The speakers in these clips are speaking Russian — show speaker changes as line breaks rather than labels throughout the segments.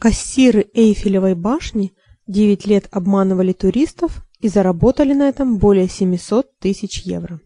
Кассиры Эйфелевой башни 9 лет обманывали туристов и заработали на этом более 700 тысяч евро.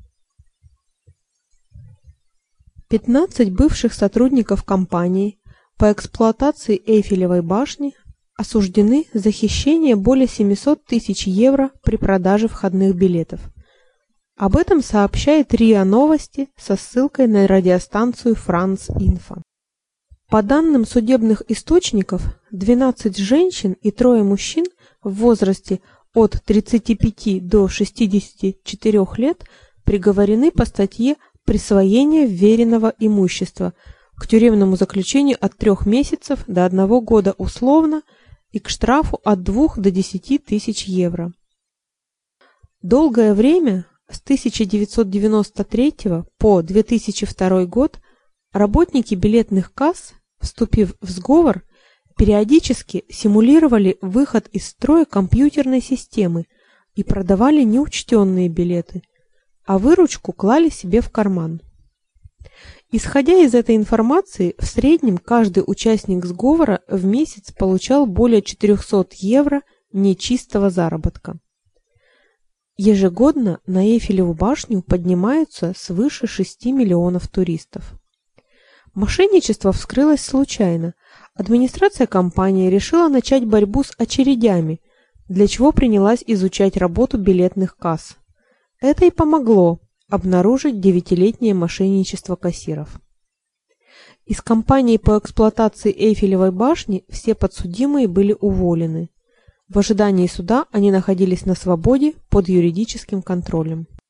15 бывших сотрудников компании по эксплуатации Эйфелевой башни осуждены за хищение более 700 тысяч евро при продаже входных билетов. Об этом сообщает РИА Новости со ссылкой на радиостанцию France Info. По данным судебных источников, 12 женщин и 3 мужчин в возрасте от 35 до 64 лет приговорены по статье «Присвоение вверенного имущества» к тюремному заключению от 3 месяцев до 1 года условно и к штрафу от 2 до 10 тысяч евро. Долгое время, с 1993 по 2002 год, работники билетных касс, вступив в сговор, периодически симулировали выход из строя компьютерной системы и продавали неучтенные билеты, а выручку клали себе в карман. Исходя из этой информации, в среднем каждый участник сговора в месяц получал более 400 евро нечистого заработка. Ежегодно на Эйфелеву башню поднимаются свыше 6 миллионов туристов. Мошенничество вскрылось случайно. Администрация компании решила начать борьбу с очередями, для чего принялась изучать работу билетных касс. Это и помогло обнаружить 9-летнее мошенничество кассиров. Из компании по эксплуатации Эйфелевой башни все подсудимые были уволены. В ожидании суда они находились на свободе под юридическим контролем.